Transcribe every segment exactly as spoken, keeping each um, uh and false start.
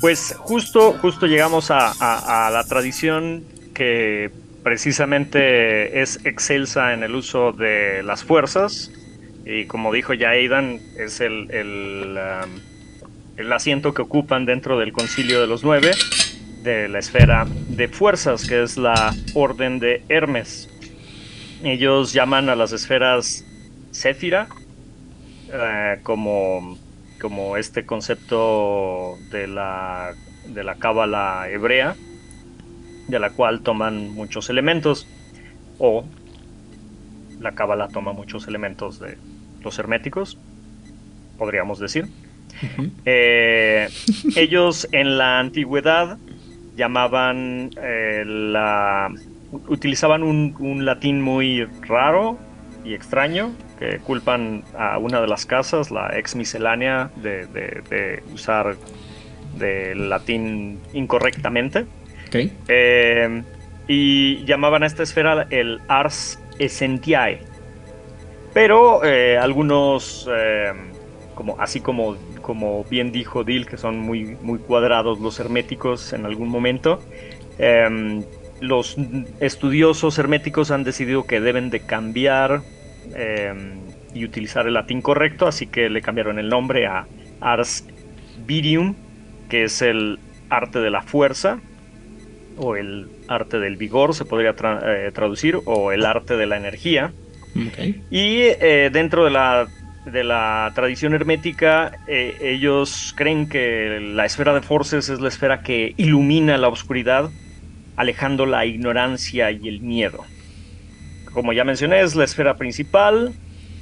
Pues justo, justo llegamos a, a- a la tradición que precisamente es excelsa en el uso de las fuerzas y como dijo ya Aidan, es el, el, um, el asiento que ocupan dentro del Concilio de los Nueve de la esfera de fuerzas, que es la Orden de Hermes. Ellos llaman a las esferas Séfira, eh, como, como este concepto de la, de la cábala hebrea, de la cual toman muchos elementos, o la cábala toma muchos elementos de los herméticos, podríamos decir. Ujú. Eh, Ellos en la antigüedad llamaban eh, la... utilizaban un, un latín muy raro y extraño, que culpan a una de las casas, la ex miscelánea, de, de, de usar del latín incorrectamente. Ok. Eh, y llamaban a esta esfera el ars essentiae. Pero eh, algunos, eh, como, así como, como bien dijo Dill, que son muy, muy cuadrados los herméticos en algún momento, em, los estudiosos herméticos han decidido que deben de cambiar em, y utilizar el latín correcto, así que le cambiaron el nombre a Ars Virium, que es el arte de la fuerza, o el arte del vigor, se podría tra- eh, traducir, o el arte de la energía. Ok. Y eh, dentro de la, de la tradición hermética, eh, ellos creen que la esfera de Forces es la esfera que ilumina la oscuridad, alejando la ignorancia y el miedo. Como ya mencioné, es la esfera principal.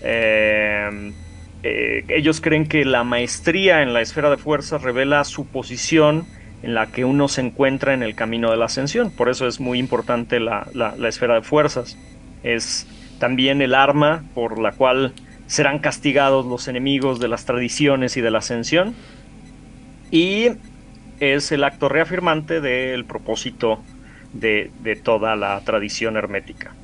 Eh, eh, Ellos creen que la maestría en la esfera de fuerzas revela su posición en la que uno se encuentra en el camino de la ascensión. Por eso es muy importante la, la, la esfera de fuerzas. Es también el arma por la cual serán castigados los enemigos de las tradiciones y de la ascensión. Y es el acto reafirmante del propósito de, de toda la tradición hermética.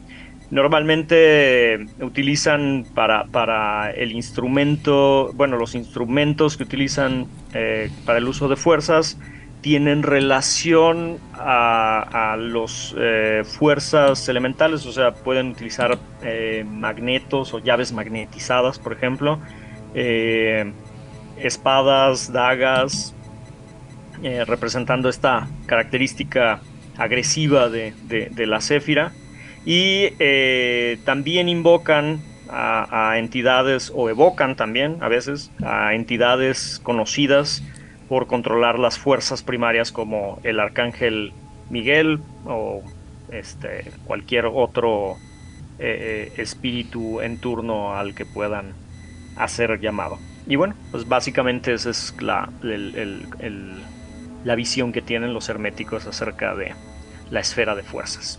Normalmente utilizan para, para el instrumento, bueno, los instrumentos que utilizan eh, para el uso de fuerzas tienen relación a, a los eh, fuerzas elementales, o sea, pueden utilizar eh, magnetos o llaves magnetizadas, por ejemplo, eh, espadas, dagas, eh, representando esta característica agresiva de, de, de la céfira. Y eh, también invocan a, a entidades o evocan también a veces a entidades conocidas por controlar las fuerzas primarias como el arcángel Miguel o este, cualquier otro eh, eh, espíritu en turno al que puedan hacer llamado. Y bueno, pues básicamente esa es la, el- el- el- la visión que tienen los herméticos acerca de la esfera de fuerzas.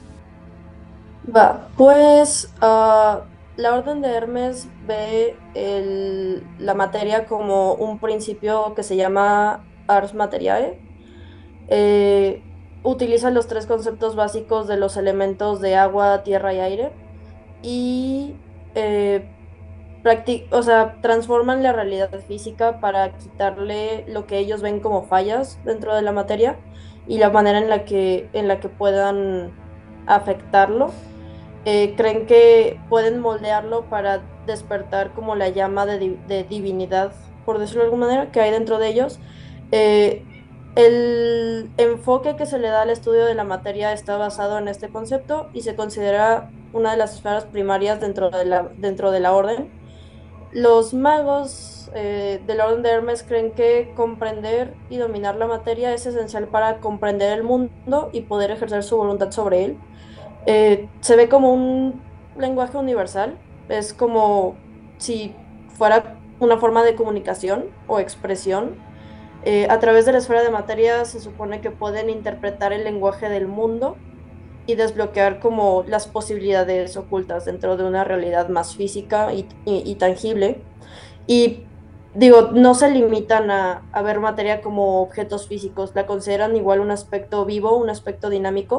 Va, pues ah, la Orden de Hermes ve el- la materia como un principio que se llama Ars Materiae. Eh, Utiliza los tres conceptos básicos de los elementos de agua, tierra y aire y eh, practi- o sea, transforman la realidad física para quitarle lo que ellos ven como fallas dentro de la materia y la manera en la que, en la que puedan afectarlo. Eh, creen que pueden moldearlo para despertar como la llama de, di- de divinidad, por decirlo de alguna manera, que hay dentro de ellos. Eh, el enfoque que se le da al estudio de la materia está basado en este concepto y se considera una de las esferas primarias dentro de la, dentro de la orden. Los magos eh, del orden de Hermes creen que comprender y dominar la materia es esencial para comprender el mundo y poder ejercer su voluntad sobre él. Eh, se ve como un lenguaje universal, es como si fuera una forma de comunicación o expresión. Eh, a través de la esfera de materia se supone que pueden interpretar el lenguaje del mundo y desbloquear como las posibilidades ocultas dentro de una realidad más física y, y- y tangible. Y digo, no se limitan a, a ver materia como objetos físicos, la consideran igual un aspecto vivo, un aspecto dinámico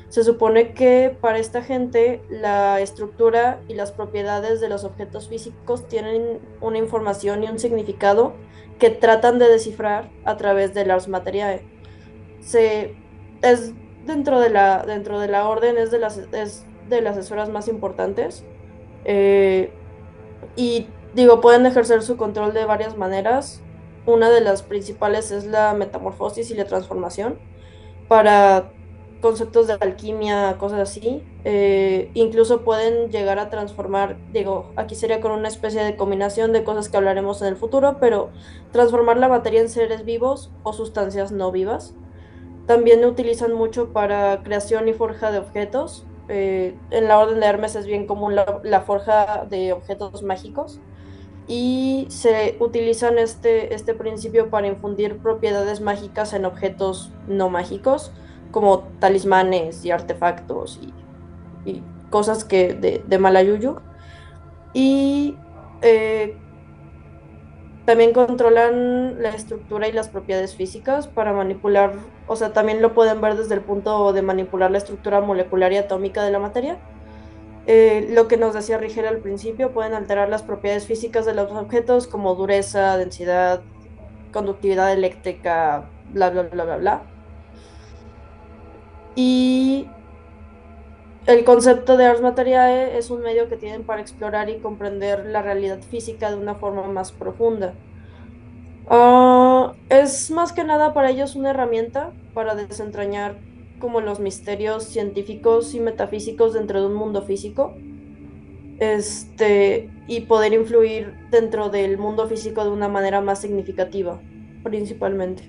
Se supone que para esta gente la estructura y las propiedades de los objetos físicos tienen una información y un significado que tratan de descifrar a través del Ars Materiae. Se, es dentro de la, dentro de la orden, es de las, es de las esferas más importantes. eh, y digo, pueden ejercer su control de varias maneras. Una de las principales es la metamorfosis y la transformación para conceptos de alquimia, cosas así. Eh, incluso pueden llegar a transformar, digo, aquí sería con una especie de combinación de cosas que hablaremos en el futuro, pero transformar la materia en seres vivos o sustancias no vivas. También lo utilizan mucho para creación y forja de objetos. Eh, en la Orden de Hermes es bien común la, la forja de objetos mágicos y se utilizan este, este principio para infundir propiedades mágicas en objetos no mágicos, como talismanes y artefactos y, y cosas que de, de Malayuyu. Y eh, también controlan la estructura y las propiedades físicas para manipular, o sea, también lo pueden ver desde el punto de manipular la estructura molecular y atómica de la materia. Eh, lo que nos decía Rigel al principio, pueden alterar las propiedades físicas de los objetos como dureza, densidad, conductividad eléctrica, bla, bla, bla, bla, bla. Y el concepto de Ars Materiae es un medio que tienen para explorar y comprender la realidad física de una forma más profunda. Uh, es más que nada para ellos una herramienta para desentrañar como los misterios científicos y metafísicos dentro de un mundo físico, este, y poder influir dentro del mundo físico de una manera más significativa, principalmente.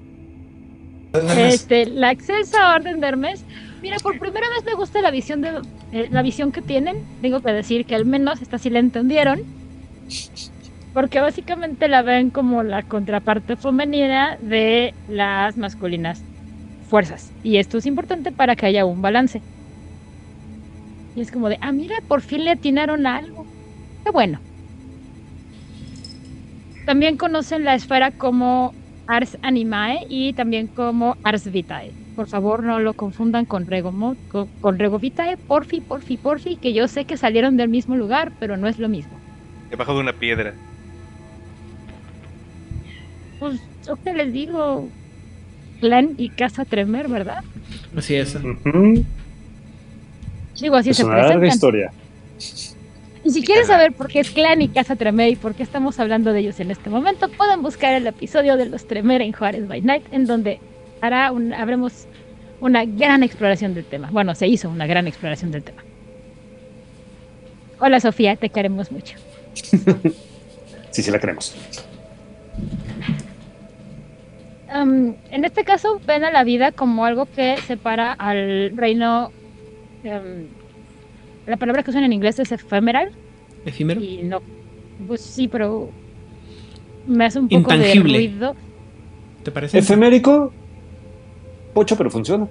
Este, la acceso a Orden de Hermes, mira, por primera vez me gusta la visión de eh, la visión que tienen. Tengo que decir que al menos esta sí la entendieron, porque básicamente la ven como la contraparte femenina de las masculinas fuerzas, y esto es importante para que haya un balance. Y es como de, ah, mira, por fin le atinaron a algo. Qué bueno. También conocen la esfera como Ars Animae y también como Ars Vitae. Por favor, no lo confundan con Rego, con, con Rego Vitae, porfi, porfi, porfi, que yo sé que salieron del mismo lugar, pero no es lo mismo. Debajo de una piedra. Pues, yo que les digo, clan y casa Tremer, ¿verdad? Así es. Uh-huh. Digo, así es se una presentan. larga historia. Y si quieren saber por qué es Clan y Casa Tremer y por qué estamos hablando de ellos en este momento, pueden buscar el episodio de los Tremer en Juárez by Night, en donde hará un, habremos una gran exploración del tema. Bueno, se hizo una gran exploración del tema. Hola Sofía, te queremos mucho. Sí, sí la queremos. Um, en este caso, ven a la vida como algo que separa al reino... Um, la palabra que usan en inglés es ephemeral. ¿Efímero? Y no, pues sí, pero me hace un poco intangible de ruido. ¿Te parece? Efemérico, pocho, pero funciona.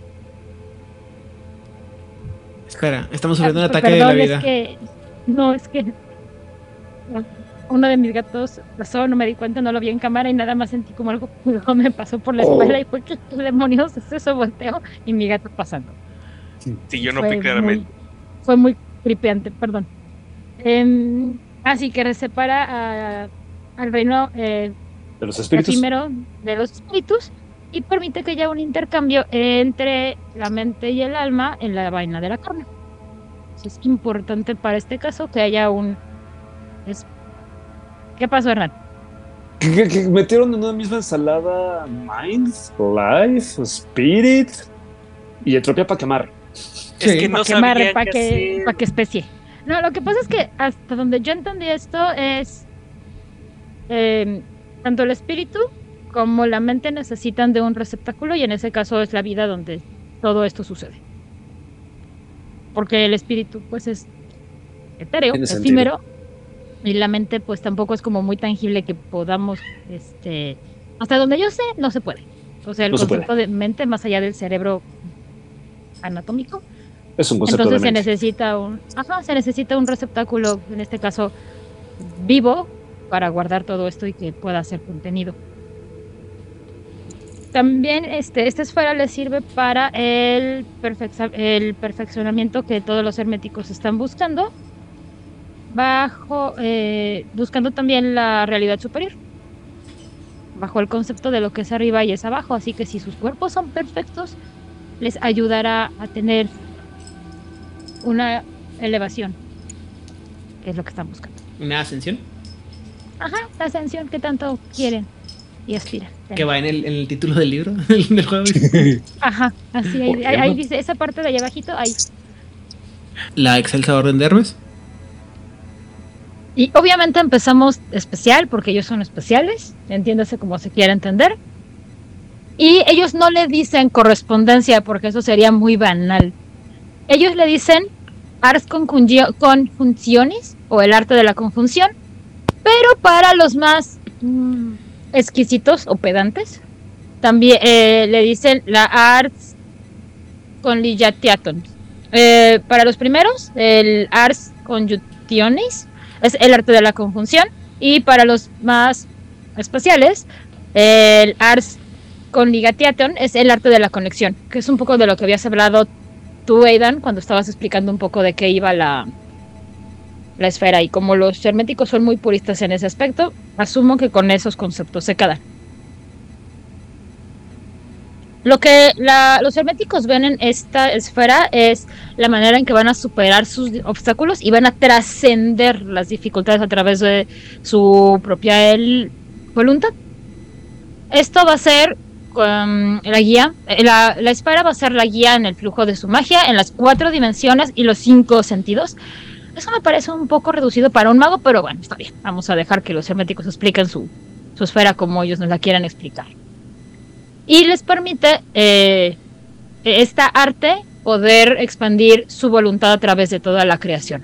Espera, estamos sufriendo Ah, un ataque perdón, de la vida. Es que, no, es que uno de mis gatos pasó, no me di cuenta, no lo vi en cámara y nada más sentí como algo me pasó por la espalda oh. Y fue que demonios es eso, volteo y mi gato pasando. Sí, yo no vi claramente. Muy, fue muy tripeante, perdón. Eh, así que separa a, al reino eh, de los espíritus. efímero de los espíritus y permite que haya un intercambio entre la mente y el alma en la vaina de la carne. Entonces, es importante para este caso que haya un... Es... ¿Qué pasó, Hernán? ¿Que, que, que metieron en una misma ensalada Mind, Life, Spirit y entropía para quemar? Es que no sabía para que, pa que especie. No, lo que pasa es que hasta donde yo entendí esto es eh, tanto el espíritu como la mente necesitan de un receptáculo y en ese caso es la vida donde todo esto sucede. Porque el espíritu pues es etéreo, efímero y la mente pues tampoco es como muy tangible que podamos, este, hasta donde yo sé no se puede. O sea, el no concepto de mente más allá del cerebro anatómico. Es un concepto Entonces de se mente. necesita un, ajá, se necesita un receptáculo, en este caso vivo, para guardar todo esto y que pueda ser contenido. también este, esta esfera le sirve para el, perfecta- el perfeccionamiento que todos los herméticos están buscando, bajo eh, buscando también la realidad superior, bajo el concepto de lo que es arriba y es abajo. Así que si sus cuerpos son perfectos, les ayudará a tener una elevación, que es lo que están buscando. ¿Una ascensión? Ajá, la ascensión que tanto quieren y aspiran. Que va en el, en el título del libro, del juego. Ajá, así, ahí, ahí, ahí dice, esa parte de allá abajito, ahí. La excelsa orden de Hermes. Y obviamente empezamos especial, porque ellos son especiales, entiéndase como se quiera entender. Y ellos no le dicen correspondencia, porque eso sería muy banal. Ellos le dicen ars conjuncio- conjuncionis, o el arte de la conjunción, pero para los más mmm, exquisitos o pedantes, también eh, le dicen la ars conligatiaton. Eh, para los primeros, el ars conjunctionis es el arte de la conjunción, y para los más especiales, el ars conligatiaton es el arte de la conexión, que es un poco de lo que habías hablado tú, Aidan, cuando estabas explicando un poco de qué iba la, la esfera. Y como los herméticos son muy puristas en ese aspecto, asumo que con esos conceptos se quedan. Lo que la, los herméticos ven en esta esfera es la manera en que van a superar sus obstáculos y van a trascender las dificultades a través de su propia el, voluntad. Esto va a ser um, la guía, la, la esfera va a ser la guía en el flujo de su magia, en las cuatro dimensiones y los cinco sentidos. Eso me parece un poco reducido para un mago, pero bueno, está bien. Vamos a dejar que los herméticos expliquen su, su esfera como ellos nos la quieran explicar. Y les permite eh, esta arte poder expandir su voluntad a través de toda la creación.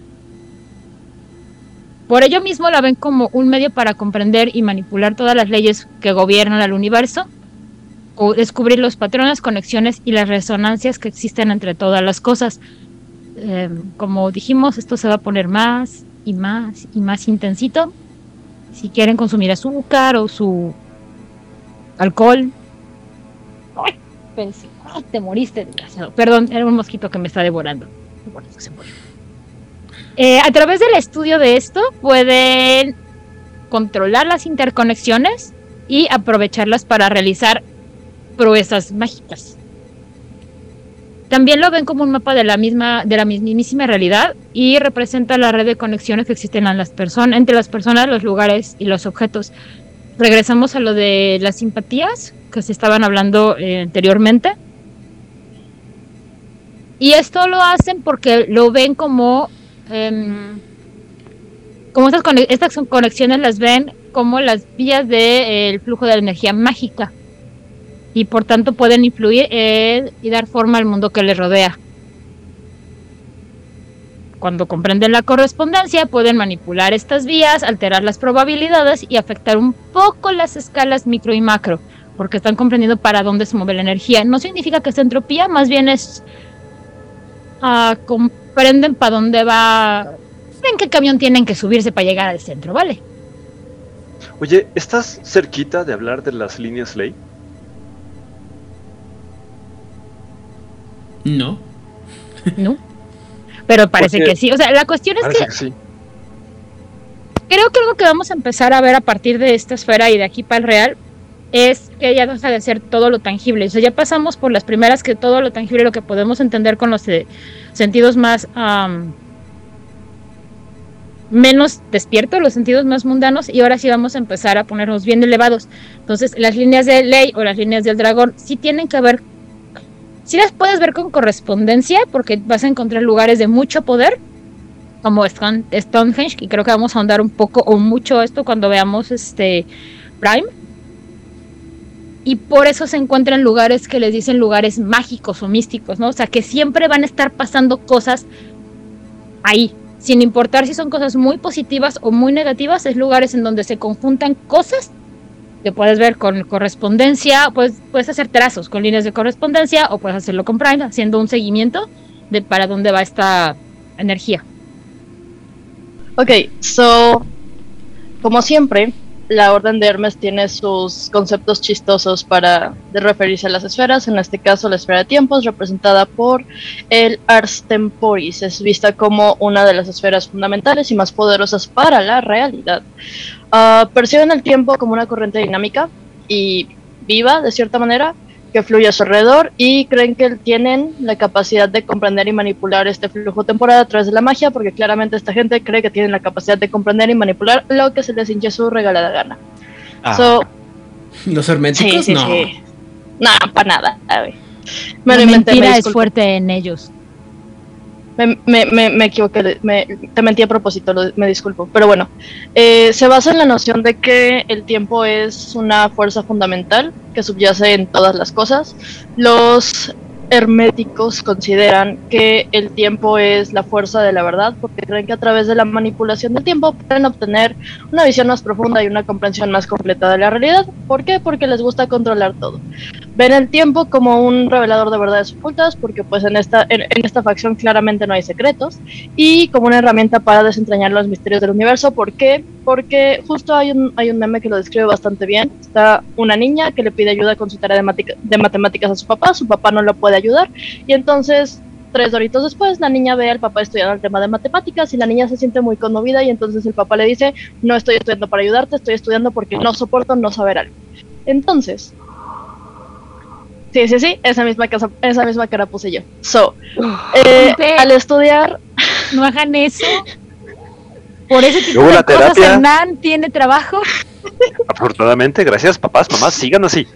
Por ello mismo la ven como un medio para comprender y manipular todas las leyes que gobiernan al universo, o descubrir los patrones, conexiones y las resonancias que existen entre todas las cosas. Eh, como dijimos, esto se va a poner más y más y más intensito. Si quieren consumir azúcar o su alcohol. ¡Ay! Pensé, ¡ay! Te moriste, desgraciado. Perdón, era un mosquito que me está devorando. Bueno, se murió. Eh, a través del estudio de esto pueden controlar las interconexiones y aprovecharlas para realizar proezas mágicas. También lo ven como un mapa de la misma, de la mismísima realidad, y representa la red de conexiones que existen en las personas, entre las personas, los lugares y los objetos. Regresamos a lo de las simpatías que se estaban hablando eh, anteriormente. Y esto lo hacen porque lo ven como Um, como estas, conex- estas conexiones las ven como las vías del flujo de la energía mágica, y por tanto pueden influir eh, y dar forma al mundo que les rodea. Cuando comprenden la correspondencia, pueden manipular estas vías, alterar las probabilidades y afectar un poco las escalas micro y macro, porque están comprendiendo para dónde se mueve la energía. No significa que es entropía, más bien es uh, comprenden para dónde va, en qué camión tienen que subirse para llegar al centro, ¿vale? Oye, ¿estás cerquita de hablar de las líneas ley? No. No. Pero parece Porque que sí. O sea, la cuestión es que, que sí. Creo que algo que vamos a empezar a ver a partir de esta esfera y de aquí para el real es que ya deja de ser todo lo tangible. O sea, ya pasamos por las primeras, que todo lo tangible, lo que podemos entender con los eh, sentidos más um, menos despiertos, los sentidos más mundanos, y ahora sí vamos a empezar a ponernos bien elevados. Entonces, las líneas de ley o las líneas del dragón sí tienen que ver, sí las puedes ver con correspondencia, porque vas a encontrar lugares de mucho poder, como Stonehenge, y creo que vamos a ahondar un poco o mucho esto cuando veamos este Prime. Y por eso se encuentran lugares que les dicen lugares mágicos o místicos, ¿no? O sea, que siempre van a estar pasando cosas ahí, sin importar si son cosas muy positivas o muy negativas. Es lugares en donde se conjuntan cosas que puedes ver con correspondencia. Puedes, puedes hacer trazos con líneas de correspondencia, o puedes hacerlo con Prime, haciendo un seguimiento de para dónde va esta energía. Ok, so, como siempre, la Orden de Hermes tiene sus conceptos chistosos para de referirse a las esferas. En este caso, la esfera de tiempo es representada por el Ars Temporis. Es vista como una de las esferas fundamentales y más poderosas para la realidad. Uh, perciben el tiempo como una corriente dinámica y viva, de cierta manera, que fluye a su alrededor, y creen que tienen la capacidad de comprender y manipular este flujo temporal a través de la magia, porque claramente esta gente cree que tienen la capacidad de comprender y manipular lo que se les hinche su regalada gana. Ah. So, ¿Los herméticos? sí, sí, no. Sí. No, para nada. A ver. La mentira es fuerte en ellos. Me, me, me, me equivoqué, me, te mentí a propósito, lo, me disculpo. Pero bueno, eh, se basa en la noción de que el tiempo es una fuerza fundamental que subyace en todas las cosas. Los herméticos consideran que el tiempo es la fuerza de la verdad, porque creen que a través de la manipulación del tiempo pueden obtener una visión más profunda y una comprensión más completa de la realidad. ¿Por qué? Porque les gusta controlar todo. Ven el tiempo como un revelador de verdades ocultas, porque pues en esta, en, en esta facción claramente no hay secretos, y como una herramienta para desentrañar los misterios del universo. ¿Por qué? Porque justo hay un, hay un meme que lo describe bastante bien. Está una niña que le pide ayuda con su tarea de, matica, de matemáticas a su papá, su papá no lo puede ayudar, y entonces tres doritos después la niña ve al papá estudiando el tema de matemáticas y la niña se siente muy conmovida, y entonces el papá le dice: no estoy estudiando para ayudarte, estoy estudiando porque no soporto no saber algo. Entonces, sí, sí, sí, esa misma, casa, esa misma cara puse yo. So, eh, al estudiar... No hagan eso. Por ese tipo Luego de la cosas terapia. Hernán tiene trabajo. Afortunadamente, gracias papás, mamás, sigan así.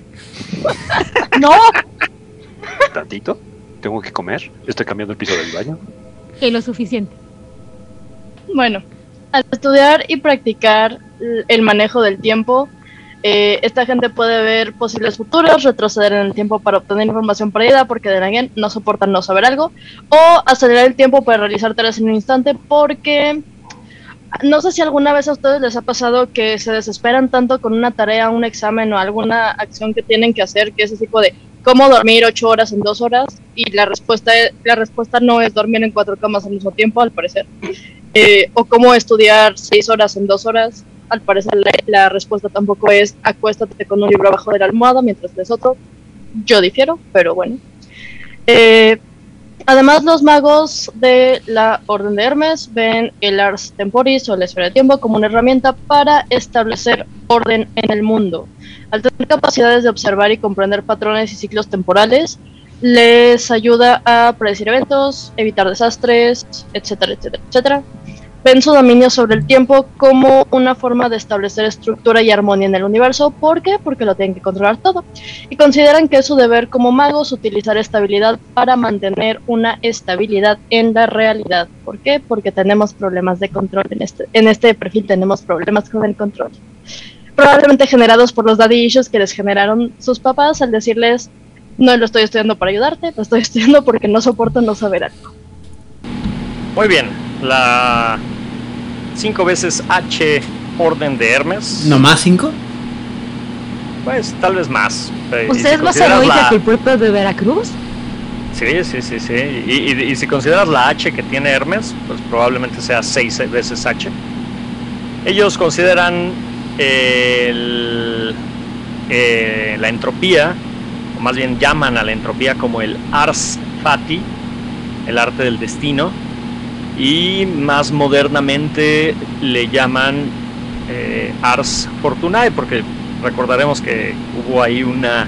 No. Tantito, tengo que comer, estoy cambiando el piso del baño. Que lo suficiente. Bueno, al estudiar y practicar el manejo del tiempo, eh, esta gente puede ver posibles futuros, retroceder en el tiempo para obtener información perdida, porque de alguien no soportan no saber algo, o acelerar el tiempo para realizar tareas en un instante, porque no sé si alguna vez a ustedes les ha pasado que se desesperan tanto con una tarea, un examen o alguna acción que tienen que hacer, que es ese tipo de cómo dormir ocho horas en dos horas, y la respuesta, la respuesta no es dormir en cuatro camas al mismo tiempo, al parecer, eh, o cómo estudiar seis horas en dos horas. Al parecer la, la respuesta tampoco es acuéstate con un libro abajo de la almohada mientras lees otro. Yo difiero, pero bueno. Eh, además, los magos de la Orden de Hermes ven el Ars Temporis o la esfera de tiempo como una herramienta para establecer orden en el mundo. Al tener capacidades de observar y comprender patrones y ciclos temporales, les ayuda a predecir eventos, evitar desastres, etcétera, etcétera, etcétera. Ven su dominio sobre el tiempo como una forma de establecer estructura y armonía en el universo. ¿Por qué? Porque lo tienen que controlar todo. Y consideran que es su deber como magos utilizar estabilidad para mantener una estabilidad en la realidad. ¿Por qué? Porque tenemos problemas de control en este, en este perfil, tenemos problemas con el control. Probablemente generados por los daddy issues que les generaron sus papás al decirles: no lo estoy estudiando para ayudarte, lo estoy estudiando porque no soporto no saber algo. Muy bien, la cinco veces H Orden de Hermes. ¿No más cinco? Pues tal vez más. ¿Usted es más heroica la... que el puerto de Veracruz? Sí, sí, sí, sí. Y, y, y si consideras la H que tiene Hermes, pues probablemente sea seis veces H. Ellos consideran el, eh, la entropía, o más bien llaman a la entropía como el Ars Fati, el arte del destino. Y más modernamente le llaman eh, Ars Fortunae, porque recordaremos que hubo ahí una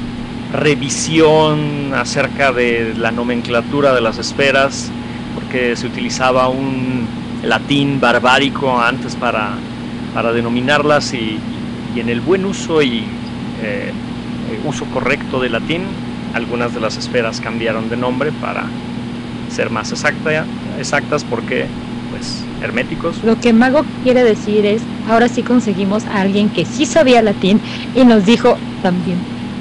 revisión acerca de la nomenclatura de las esferas, porque se utilizaba un latín barbárico antes para, para denominarlas, y, y en el buen uso y eh, uso correcto del latín, algunas de las esferas cambiaron de nombre para ser más exacta, exactas, porque pues herméticos. Lo que Mago quiere decir es: ahora sí conseguimos a alguien que sí sabía latín y nos dijo también.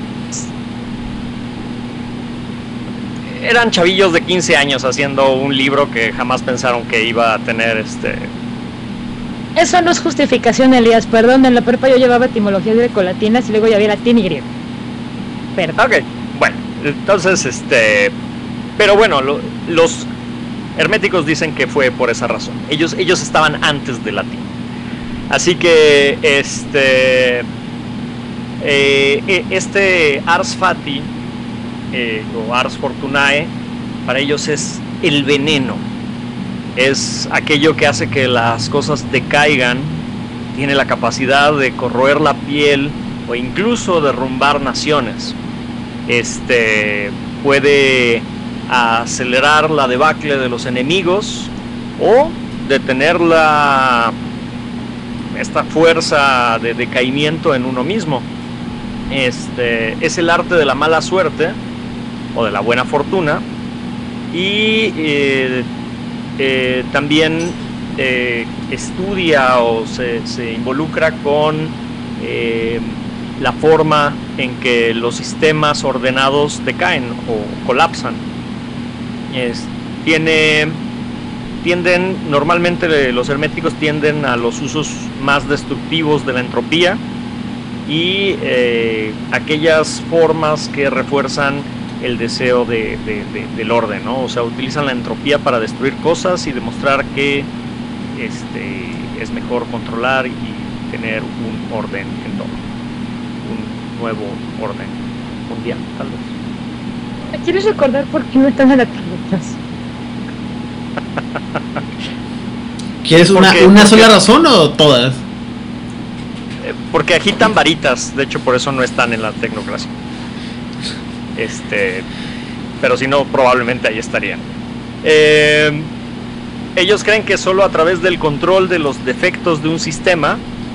Eran chavillos de quince años haciendo un libro que jamás pensaron que iba a tener este... Eso no es justificación, Elías, perdón. En la prepa yo llevaba etimologías grecolatinas y luego ya había latín y griego. Perdón. Ok, bueno, entonces este... Pero bueno, lo, los herméticos dicen que fue por esa razón. Ellos, ellos estaban antes del latín. Así que este eh, este Ars Fati eh, o Ars Fortunae para ellos es el veneno, es aquello que hace que las cosas decaigan, tiene la capacidad de corroer la piel o incluso derrumbar naciones. Este puede acelerar la debacle de los enemigos o detener la esta fuerza de decaimiento en uno mismo. Este es el arte de la mala suerte o de la buena fortuna, y eh, eh, también eh, estudia o se, se involucra con eh, la forma en que los sistemas ordenados decaen o colapsan. Es, tiene tienden normalmente los herméticos tienden a los usos más destructivos de la entropía y eh, aquellas formas que refuerzan el deseo de, de, de, del orden, ¿no? O sea, utilizan la entropía para destruir cosas y demostrar que este, es mejor controlar y tener un orden en todo, un nuevo orden mundial, tal vez. ¿Me quieres recordar por qué no están en las carretas? ¿Quieres una, Porque- una porque- sola razón o todas? Eh, Porque agitan varitas, de hecho por eso no están en la tecnocracia. Este, pero si no, probablemente ahí estarían. Eh, ellos creen que solo a través del control de los defectos de un sistema,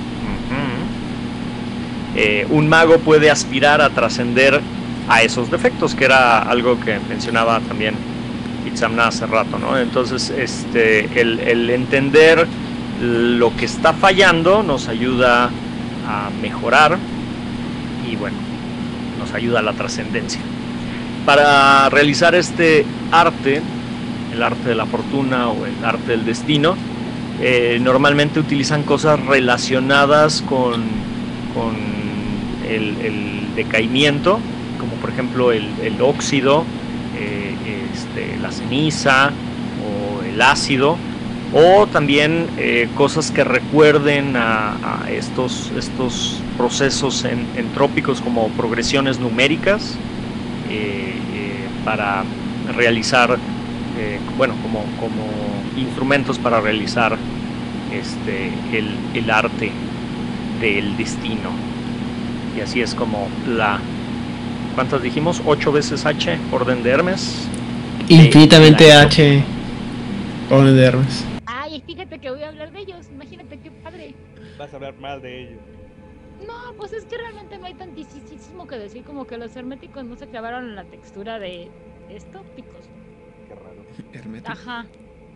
ujú, eh, un mago puede aspirar a trascender a esos defectos, que era algo que mencionaba también Itzamna hace rato, ¿no? Entonces, este, el, el entender lo que está fallando nos ayuda a mejorar y bueno, nos ayuda a la trascendencia. Para realizar este arte, el arte de la fortuna o el arte del destino, eh, normalmente utilizan cosas relacionadas con, con el, el decaimiento, como por ejemplo el, el óxido, eh, este, la ceniza o el ácido, o también eh, cosas que recuerden a, a estos, estos procesos en, entrópicos como progresiones numéricas, eh, eh, para realizar, eh, bueno, como, como instrumentos para realizar este, el, el arte del destino. Y así es como la, ¿cuántas dijimos? Ocho veces H, orden de Hermes. Infinitamente Eh, H. Orden de Hermes. Ay, fíjate que voy a hablar de ellos. Imagínate qué padre. Vas a hablar mal de ellos. No, pues es que realmente no hay tantísimo que decir, como que los herméticos no se clavaron en la textura de esto, picos. Qué raro. Hermético. Ajá.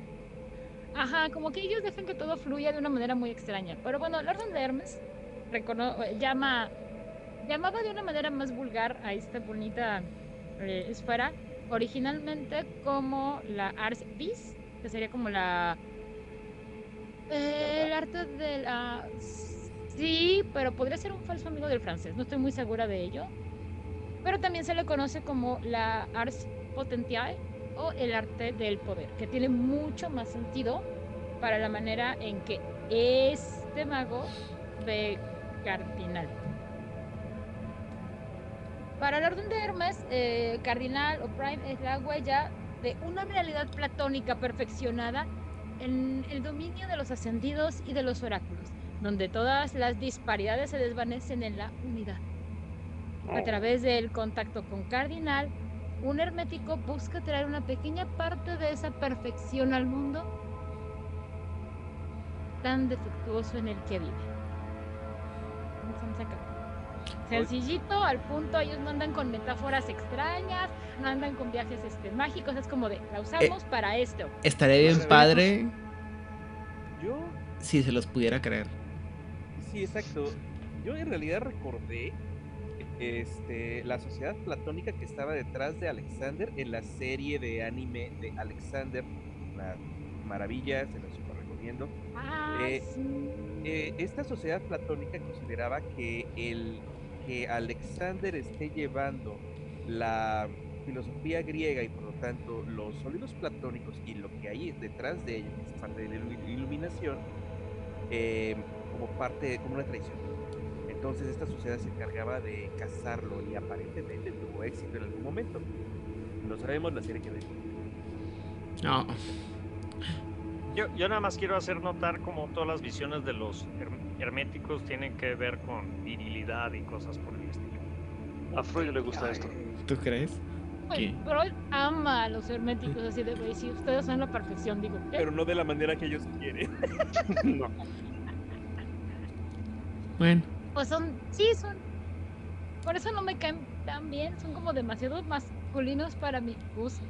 Ajá, como que ellos dejan que todo fluya de una manera muy extraña. Pero bueno, el orden de Hermes recono llama llamaba de una manera más vulgar a esta bonita eh, esfera, originalmente como la Ars Vis, que sería como la eh, el arte de la... Sí, pero podría ser un falso amigo del francés, no estoy muy segura de ello. Pero también se le conoce como la Ars Potentiae o el arte del poder, que tiene mucho más sentido para la manera en que este mago ve Cardinal. Para el orden de Hermes, eh, Cardinal o Prime es la huella de una realidad platónica perfeccionada en el dominio de los ascendidos y de los oráculos, donde todas las disparidades se desvanecen en la unidad. A través del contacto con Cardinal, un hermético busca traer una pequeña parte de esa perfección al mundo tan defectuoso en el que vive. Vamos acá. Sencillito, al punto, ellos no andan con metáforas extrañas, no andan con viajes este, mágicos, es como de, la usamos eh, para esto. Estaría bien padre yo si se los pudiera creer. Sí, exacto. Yo en realidad recordé este, la sociedad platónica que estaba detrás de Alexander en la serie de anime de Alexander, una maravilla, se los super recomiendo. Ah, eh, sí. eh, esta sociedad platónica consideraba que el que Alexander esté llevando la filosofía griega y por lo tanto los sólidos platónicos y lo que hay detrás de ellos, que es parte de la iluminación, eh, como parte, como una traición. Entonces esta sociedad se encargaba de cazarlo y aparentemente tuvo éxito en algún momento. No sabemos la serie que ve. No. Yo, yo nada más quiero hacer notar como todas las visiones de los her- herméticos tienen que ver con virilidad y cosas por el estilo. A Freud le gusta esto. ¿Tú crees? Ay, Freud ama a los herméticos, así de, güey, si ustedes son la perfección, digo, ¿qué? Pero no de la manera que ellos quieren. No. Bueno. Pues son, sí, son, por eso no me caen tan bien, son como demasiado masculinos para mi gusto.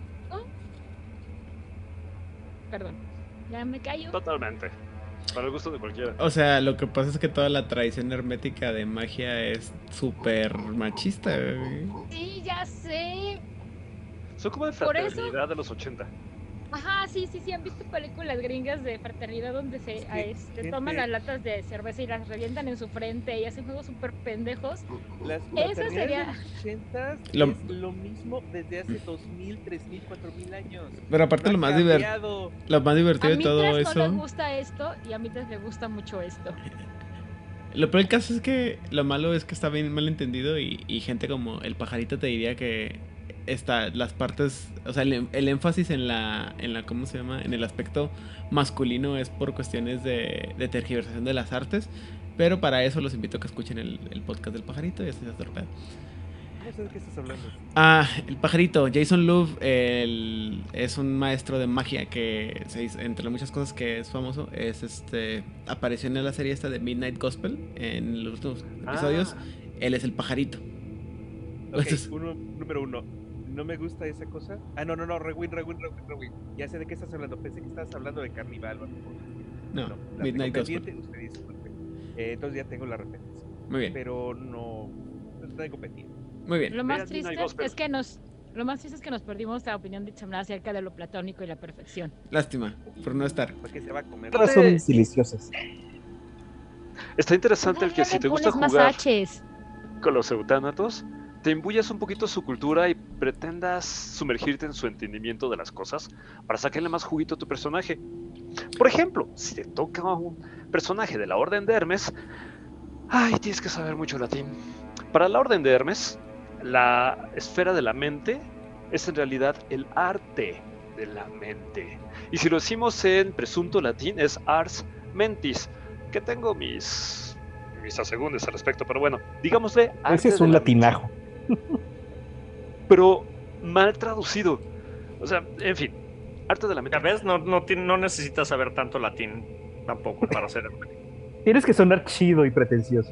Perdón, ya me callo. Totalmente. Para el gusto de cualquiera. O sea, lo que pasa es que toda la tradición hermética de magia es súper machista, güey. Sí, ya sé. Son como de Por eso- fraternidad de los ochenta. Ajá, sí, sí, sí, han visto películas gringas de fraternidad donde se que, este, gente- toman las latas de cerveza y las revientan en su frente y hacen juegos súper pendejos. Las Esa fraternidades sería- de los ochentas Lo- es lo mismo desde hace dos mil, tres mil, cuatro mil años. Pero aparte No lo ha más, diver- cambiado. lo más A divertido de Mitras todo no le eso... gusta esto y a Mitras le gusta mucho esto. Lo peor del caso es que lo malo es que está bien mal entendido y, y gente como el pajarito te diría que está las partes, o sea, el, el énfasis en la, en la, ¿cómo se llama? En el aspecto masculino es por cuestiones de, de tergiversación de las artes, pero para eso los invito a que escuchen el, el podcast del pajarito y así se torpeda. No sé de qué estás hablando. Ah, el pajarito, Jason Love el- es un maestro de magia que se hizo- entre las muchas cosas que es famoso es este apareció en la serie esta de Midnight Gospel en los últimos episodios. Ah. Él es el pajarito. Ok, Entonces- uno, número uno. No me gusta esa cosa. Ah, no, no, no, Rewind, Rewind, Rewind, Rewind. Ya sé de qué estás hablando. Pensé que estabas hablando de Carnival o algo por el estilo. No, la Midnight tengo Gospel. pendiente, usted dice, perfecto. Eh, entonces ya tengo la referencia. Muy bien, Pero no, no tengo pendiente. muy bien. Lo más Vean triste Midnight Gospel. es que nos lo más triste es que nos perdimos la opinión de Chamla acerca de lo platónico y la perfección. Lástima por no estar. ¿Por qué se va a comer? Otras son deliciosas. Está interesante el que si te gusta más jugar H's. con los eutánatos, te imbuyas un poquito su cultura y pretendas sumergirte en su entendimiento de las cosas para sacarle más juguito a tu personaje. Por ejemplo, si te toca un personaje de la Orden de Hermes, ay, tienes que saber mucho latín. Para la Orden de Hermes, la esfera de la mente es en realidad el arte de la mente. Y si lo decimos en presunto latín, es ars mentis, que tengo mis, mis asegúnes al respecto, pero bueno, digámosle arte Ese es de un la mente. latinajo. Pero mal traducido. O sea, en fin, arte de la mente. Ya ves, no, no, ti- no necesitas saber tanto latín tampoco para ser hermético. Tienes que sonar chido y pretencioso.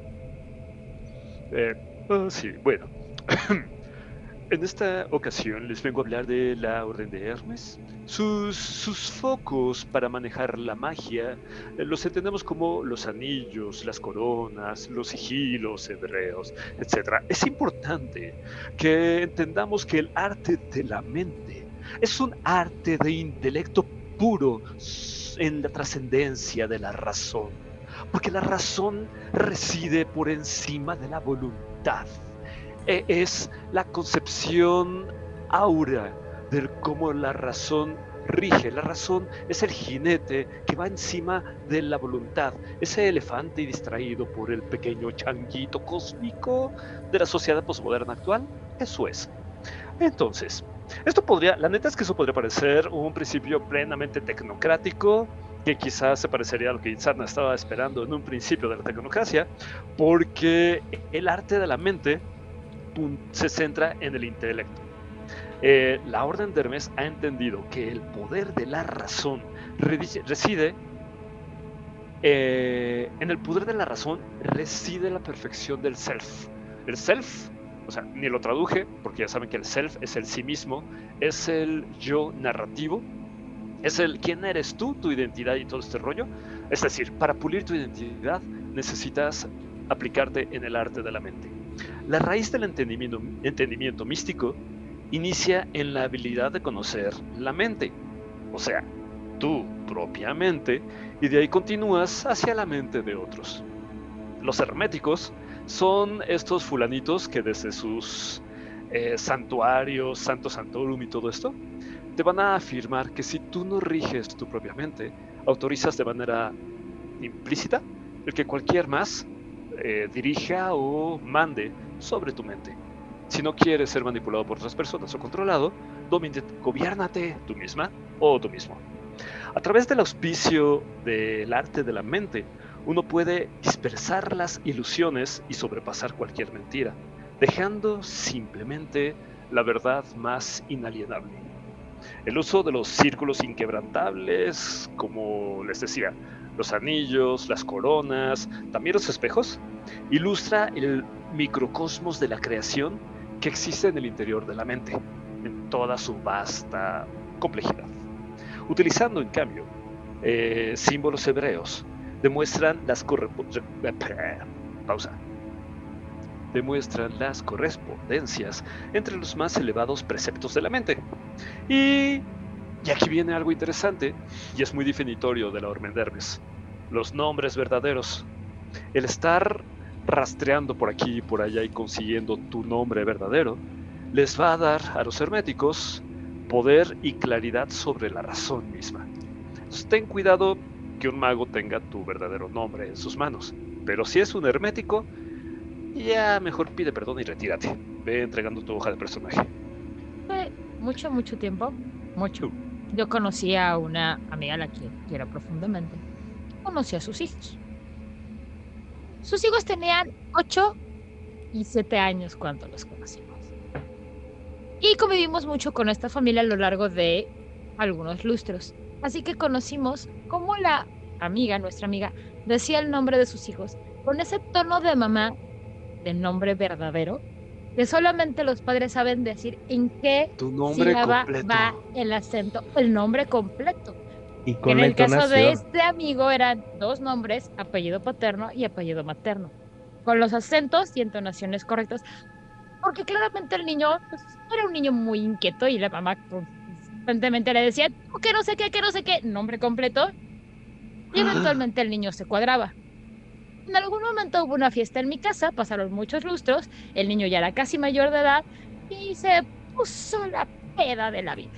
Eh, oh, sí, bueno. En esta ocasión les vengo a hablar de la Orden de Hermes. Sus, sus focos para manejar la magia eh, los entendemos como los anillos, las coronas, los sigilos hebreos, etcétera. Es importante que entendamos que el arte de la mente es un arte de intelecto puro s- en la trascendencia de la razón, porque la razón reside por encima de la voluntad. E- Es la concepción aura de cómo la razón rige. La razón es el jinete que va encima de la voluntad, ese elefante distraído por el pequeño changuito cósmico de la sociedad posmoderna actual. Eso es. Entonces, esto podría, la neta es que eso podría parecer un principio plenamente tecnocrático, que quizás se parecería a lo que Itzarna estaba esperando en un principio de la tecnocracia, porque el arte de la mente pun- se centra en el intelecto. Eh, la Orden de Hermes ha entendido que el poder de la razón redi- reside eh, en el poder de la razón reside la perfección del self. El self, o sea, ni lo traduje, porque ya saben que el self es el sí mismo, es el yo narrativo, es el quién eres tú, tu identidad y todo este rollo. Es decir, para pulir tu identidad necesitas aplicarte en el arte de la mente. La raíz del entendimiento, entendimiento místico inicia en la habilidad de conocer la mente, o sea, tú propiamente, y de ahí continúas hacia la mente de otros. Los herméticos son estos fulanitos que desde sus eh, santuarios, Santo Santorum y todo esto, te van a afirmar que si tú no riges tu propia mente, autorizas de manera implícita el que cualquier más eh, dirija o mande sobre tu mente. Si no quieres ser manipulado por otras personas o controlado, domine, gobiérnate tú misma o tú mismo. A través del auspicio del arte de la mente, uno puede dispersar las ilusiones y sobrepasar cualquier mentira, dejando simplemente la verdad más inalienable. El uso de los círculos inquebrantables, como les decía, los anillos, las coronas, también los espejos, ilustra el microcosmos de la creación que existe en el interior de la mente, en toda su vasta complejidad. Utilizando, en cambio, eh, símbolos hebreos, demuestran las pausa. demuestran las correspondencias entre los más elevados preceptos de la mente. Y, y aquí viene algo interesante, y es muy definitorio de la Orden de Hermes: los nombres verdaderos. El estar rastreando por aquí y por allá y consiguiendo tu nombre verdadero les va a dar a los herméticos poder y claridad sobre la razón misma. Entonces, ten cuidado que un mago tenga tu verdadero nombre en sus manos, pero si es un hermético, ya mejor pide perdón y retírate. Ve entregando tu hoja de personaje. Fue mucho, mucho tiempo, mucho. Yo conocí a una amiga a la que quiero profundamente. Conocí a sus hijos. Sus hijos tenían ocho y siete años cuando los conocimos. Y convivimos mucho con esta familia a lo largo de algunos lustros. Así que conocimos cómo la amiga, nuestra amiga, decía el nombre de sus hijos con ese tono de mamá del nombre verdadero, que solamente los padres saben decir en qué tu nombre sílaba completo va el acento, el nombre completo. Y con en la el caso entonación. de este amigo eran dos nombres, apellido paterno y apellido materno, con los acentos y entonaciones correctas, porque claramente el niño pues, era un niño muy inquieto y la mamá constantemente le decía que no sé qué, que no sé qué, nombre completo, y eventualmente el niño se cuadraba. En algún momento hubo una fiesta en mi casa, pasaron muchos lustros, el niño ya era casi mayor de edad y se puso la peda de la vida.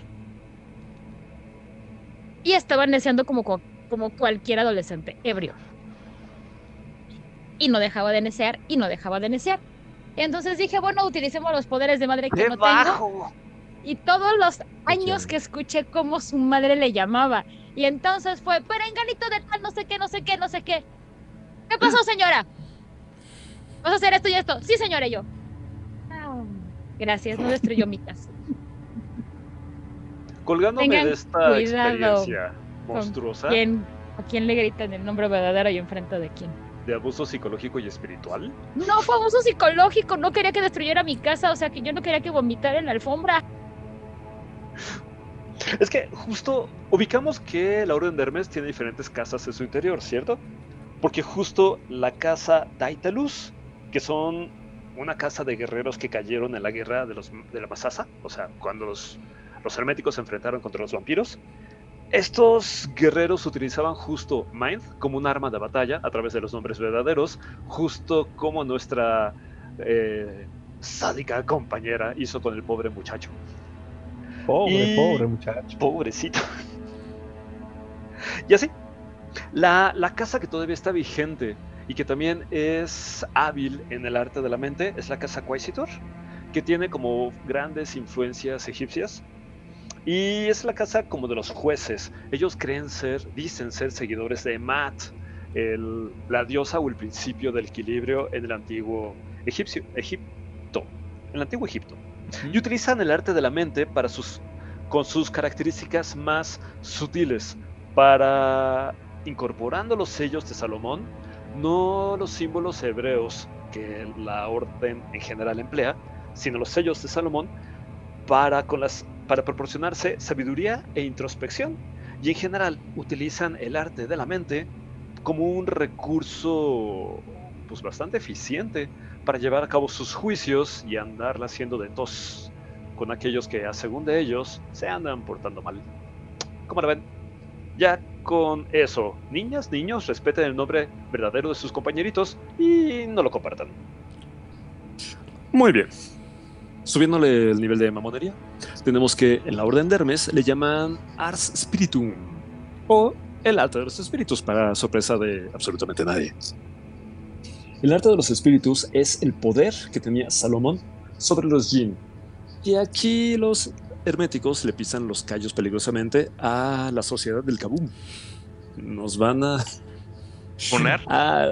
Y estaban deseando como, como cualquier adolescente ebrio. Y no dejaba de necear, y no dejaba de necear. Entonces dije, bueno, utilicemos los poderes de madre que no tengo. Y todos los años que escuché cómo su madre le llamaba. Y entonces fue, perenganito de tal, no sé qué, no sé qué, no sé qué. ¿Qué pasó, señora? ¿Vas a hacer esto y esto? Sí, señora, y yo. Ah, gracias, no destruyó mi casa. Colgándome Tengan de esta cuidado experiencia monstruosa ¿Quién, ¿A quién le gritan el nombre verdadero y enfrente de quién? de abuso psicológico y espiritual, No, fue abuso psicológico, no quería que destruyera mi casa, o sea que yo no quería que vomitara en la alfombra. es que justo ubicamos que la Orden de Hermes tiene diferentes casas en su interior, ¿cierto? Porque justo la casa Daitalus, que son una casa de guerreros que cayeron en la guerra de, los, de la Masasa, o sea, cuando los, los herméticos se enfrentaron contra los vampiros, estos guerreros utilizaban justo Mind como un arma de batalla a través de los nombres verdaderos, justo como nuestra eh, sádica compañera hizo con el pobre muchacho. Pobre, Y- pobre muchacho. Pobrecito. Y así, la, la casa que todavía está vigente y que también es hábil en el arte de la mente es la casa Quaesitor, que tiene como grandes influencias egipcias. Y es la casa como de los jueces. Ellos creen ser, dicen ser seguidores de Mat, el, la diosa o el principio del equilibrio en el antiguo egipcio, Egipto, en el antiguo Egipto. Y utilizan el arte de la mente para sus, con sus características más sutiles, para incorporando los sellos de Salomón, no los símbolos hebreos que la orden en general emplea, sino los sellos de Salomón, para, con las, para proporcionarse sabiduría e introspección. Y en general utilizan el arte de la mente como un recurso pues, bastante eficiente para llevar a cabo sus juicios y andarla haciendo de tos con aquellos que, a según de ellos, se andan portando mal. ¿Cómo la ven? Ya con eso, niñas, niños, respeten el nombre verdadero de sus compañeritos y no lo compartan. Muy bien. Subiéndole el nivel de mamonería, tenemos que en la Orden de Hermes le llaman Ars Spiritum o el arte de los espíritus, para sorpresa de absolutamente nadie. El arte de los espíritus es el poder que tenía Salomón sobre los jinn. Y aquí los herméticos le pisan los callos peligrosamente a la sociedad del Kabum. Nos van a... ¿Poner? A...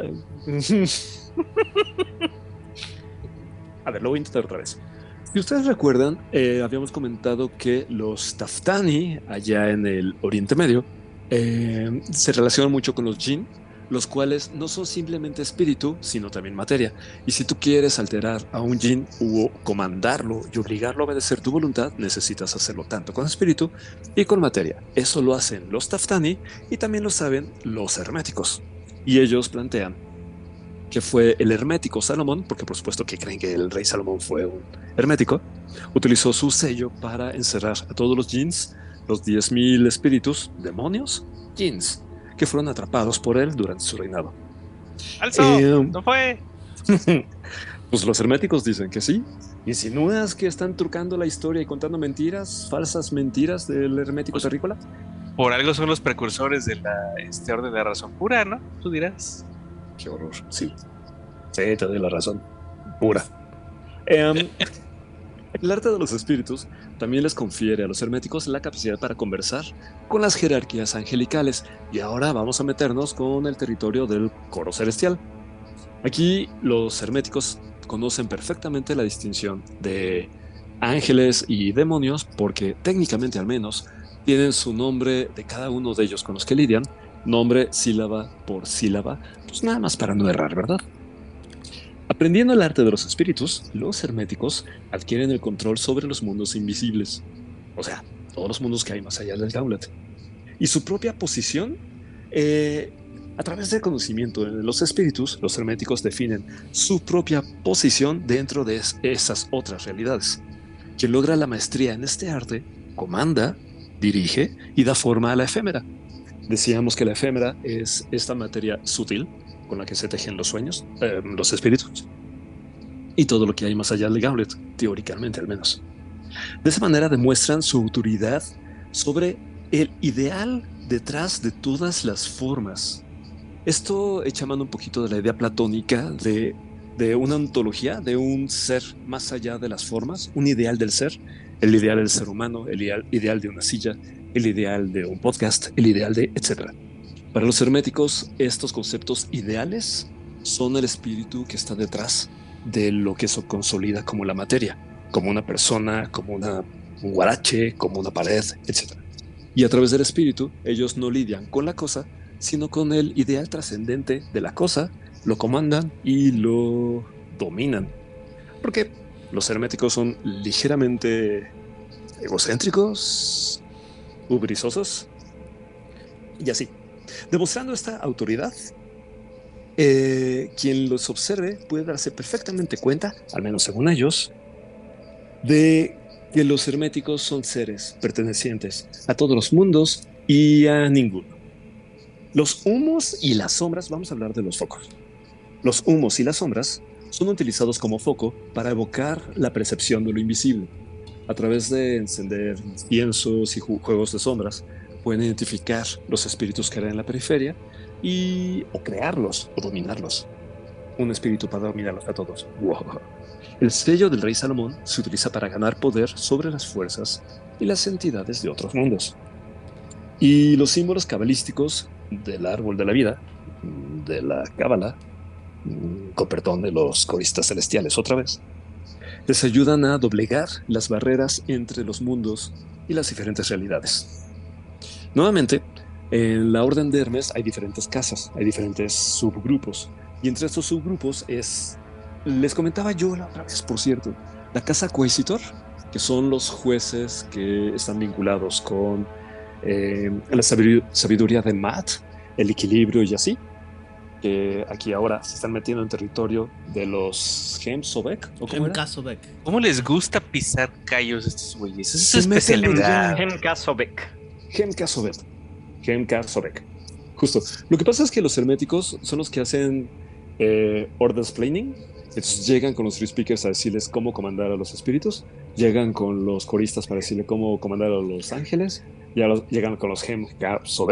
a ver, lo voy a intentar otra vez. Si ustedes recuerdan, eh, habíamos comentado que los Taftani, allá en el Oriente Medio, eh, se relacionan mucho con los jinn, los cuales no son simplemente espíritu, sino también materia. Y si tú quieres alterar a un jinn o comandarlo y obligarlo a obedecer tu voluntad, necesitas hacerlo tanto con espíritu y con materia. Eso lo hacen los Taftani y también lo saben los herméticos. Y ellos plantean que fue el hermético Salomón, porque por supuesto que creen que el rey Salomón fue un hermético, utilizó su sello para encerrar a todos los jinns, los diez mil espíritus, demonios, jinns, que fueron atrapados por él durante su reinado. ¡Alzo! Eh, ¡No fue! Pues los herméticos dicen que sí. ¿Insinúas que están trucando la historia y contando mentiras, falsas mentiras del hermético Pues, terrícola? Por algo son los precursores de la este orden de la razón pura, ¿no? Tú dirás. Qué horror, sí. Sí, te doy la razón. Pura. Eh, el arte de los espíritus también les confiere a los herméticos la capacidad para conversar con las jerarquías angelicales. Y ahora vamos a meternos con el territorio del coro celestial. Aquí los herméticos conocen perfectamente la distinción de ángeles y demonios porque técnicamente al menos tienen su nombre de cada uno de ellos con los que lidian, nombre sílaba por sílaba, pues nada más para no errar, ¿verdad? Aprendiendo el arte de los espíritus, los herméticos adquieren el control sobre los mundos invisibles, o sea, todos los mundos que hay más allá del Gauntlet. Y su propia posición, eh, a través del conocimiento de los espíritus, los herméticos definen su propia posición dentro de es- esas otras realidades. Quien logra la maestría en este arte, comanda, dirige y da forma a la efémera. Decíamos que la efémera es esta materia sutil con la que se tejen los sueños, eh, los espíritus, y todo lo que hay más allá del Gauntlet, teóricamente al menos. De esa manera demuestran su autoridad sobre el ideal detrás de todas las formas. Esto echa mano un poquito de la idea platónica de, de una ontología, de un ser más allá de las formas, un ideal del ser, el ideal del ser humano, el ideal, ideal de una silla, el ideal de un podcast, el ideal de etcétera. Para los herméticos, estos conceptos ideales son el espíritu que está detrás de lo que se consolida como la materia, como una persona, como una, un guarache, como una pared, etcétera. Y a través del espíritu, ellos no lidian con la cosa, sino con el ideal trascendente de la cosa, lo comandan y lo dominan. Porque los herméticos son ligeramente egocéntricos, ubrizosos y así. Demostrando esta autoridad, eh, quien los observe puede darse perfectamente cuenta, al menos según ellos, de que los herméticos son seres pertenecientes a todos los mundos y a ninguno. Los humos y las sombras, vamos a hablar de los focos. Los humos y las sombras son utilizados como foco para evocar la percepción de lo invisible. A través de encender inciensos y ju- juegos de sombras, pueden identificar los espíritus que hay en la periferia y o crearlos o dominarlos. Un espíritu para dominarlos a todos. Wow. El sello del rey Salomón se utiliza para ganar poder sobre las fuerzas y las entidades de otros mundos. Y los símbolos cabalísticos del árbol de la vida, de la cábala, con perdón de los coristas celestiales otra vez, les ayudan a doblegar las barreras entre los mundos y las diferentes realidades. Nuevamente, en la Orden de Hermes hay diferentes casas, hay diferentes subgrupos, y entre estos subgrupos es, les comentaba yo la otra vez, por cierto, la Casa Quaesitor, que son los jueces que están vinculados con eh, la sabidu- sabiduría de Maat, el equilibrio y así, que aquí ahora se están metiendo en territorio de los Hem-Sobek, ¿o cómo era? Hem-Sobek. ¿Cómo les gusta pisar callos a estos güeyes? Esa es Se su meten especialidad. allá. Hemka-Sobek. Hemka-Sobek. Hemka-Sobek. Justo. Lo que pasa es que los herméticos son los que hacen eh, ordersplaining. Entonces llegan con los free speakers a decirles cómo comandar a los espíritus, llegan con los coristas para decirle cómo comandar a los ángeles, y a los- llegan con los Hemka-Sobek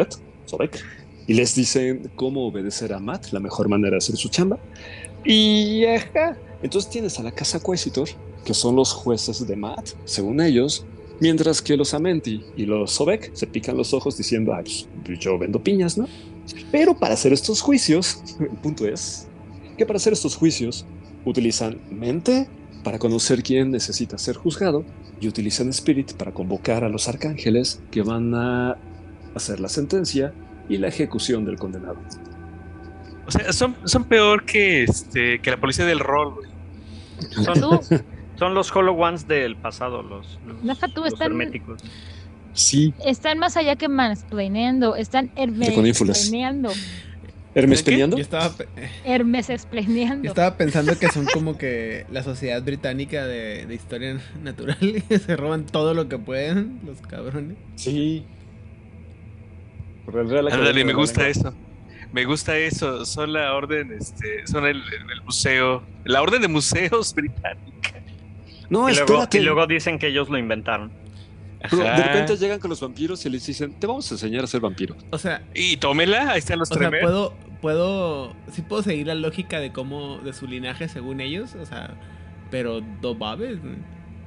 Sobek, y les dicen cómo obedecer a Matt, la mejor manera de hacer su chamba. Y ajá, entonces tienes a la Casa Quaesitor, que son los jueces de Matt, según ellos, mientras que los Amenti y los Sobek se pican los ojos diciendo, ah, pues yo vendo piñas, ¿no? Pero para hacer estos juicios, el punto es que para hacer estos juicios utilizan mente para conocer quién necesita ser juzgado y utilizan Spirit para convocar a los arcángeles que van a hacer la sentencia y la ejecución del condenado. O sea, son, son peor que, este, que la policía del rol, güey. Son, son los Hollow Ones del pasado, los, los, Deja tú, los están, herméticos. Sí. están más allá que mansplaineando, están Draconifulas. hermesplaneando. ¿Hermes peleando? Yo estaba, pe- Hermesplaneando. yo estaba pensando que son como que la sociedad británica de, de historia natural y se roban todo lo que pueden, los cabrones. Sí. Por el Real Ándale, Academia me de la gusta Lengua. eso. Me gusta eso. Son la orden, este, son el, el, el museo, la orden de museos británica. No, Y luego, espérate. y luego dicen que ellos lo inventaron. Pero de Ajá. repente llegan con los vampiros y les dicen, te vamos a enseñar a ser vampiro. O sea, Y tómela, ahí están los o sea, Tremere. puedo, puedo, sí puedo seguir la lógica de cómo, de su linaje según ellos, o sea, pero dos babes. ¿No?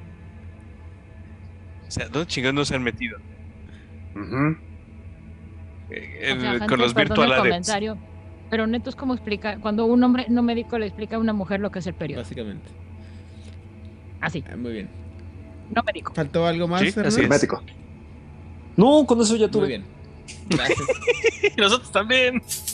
O sea, ¿dónde chingados no se han metido? Ujú. Eh, O sea, en- gente, con los perdón virtual el adepts. comentario, pero neto es como explica cuando un hombre no médico le explica a una mujer lo que es el periodo. Básicamente. Así, Ah, muy bien. no médico. ¿Faltó algo más, Sí, Hernán? así es. Hermético. No, con eso ya tuve. Muy bien. Gracias. Y nosotros también.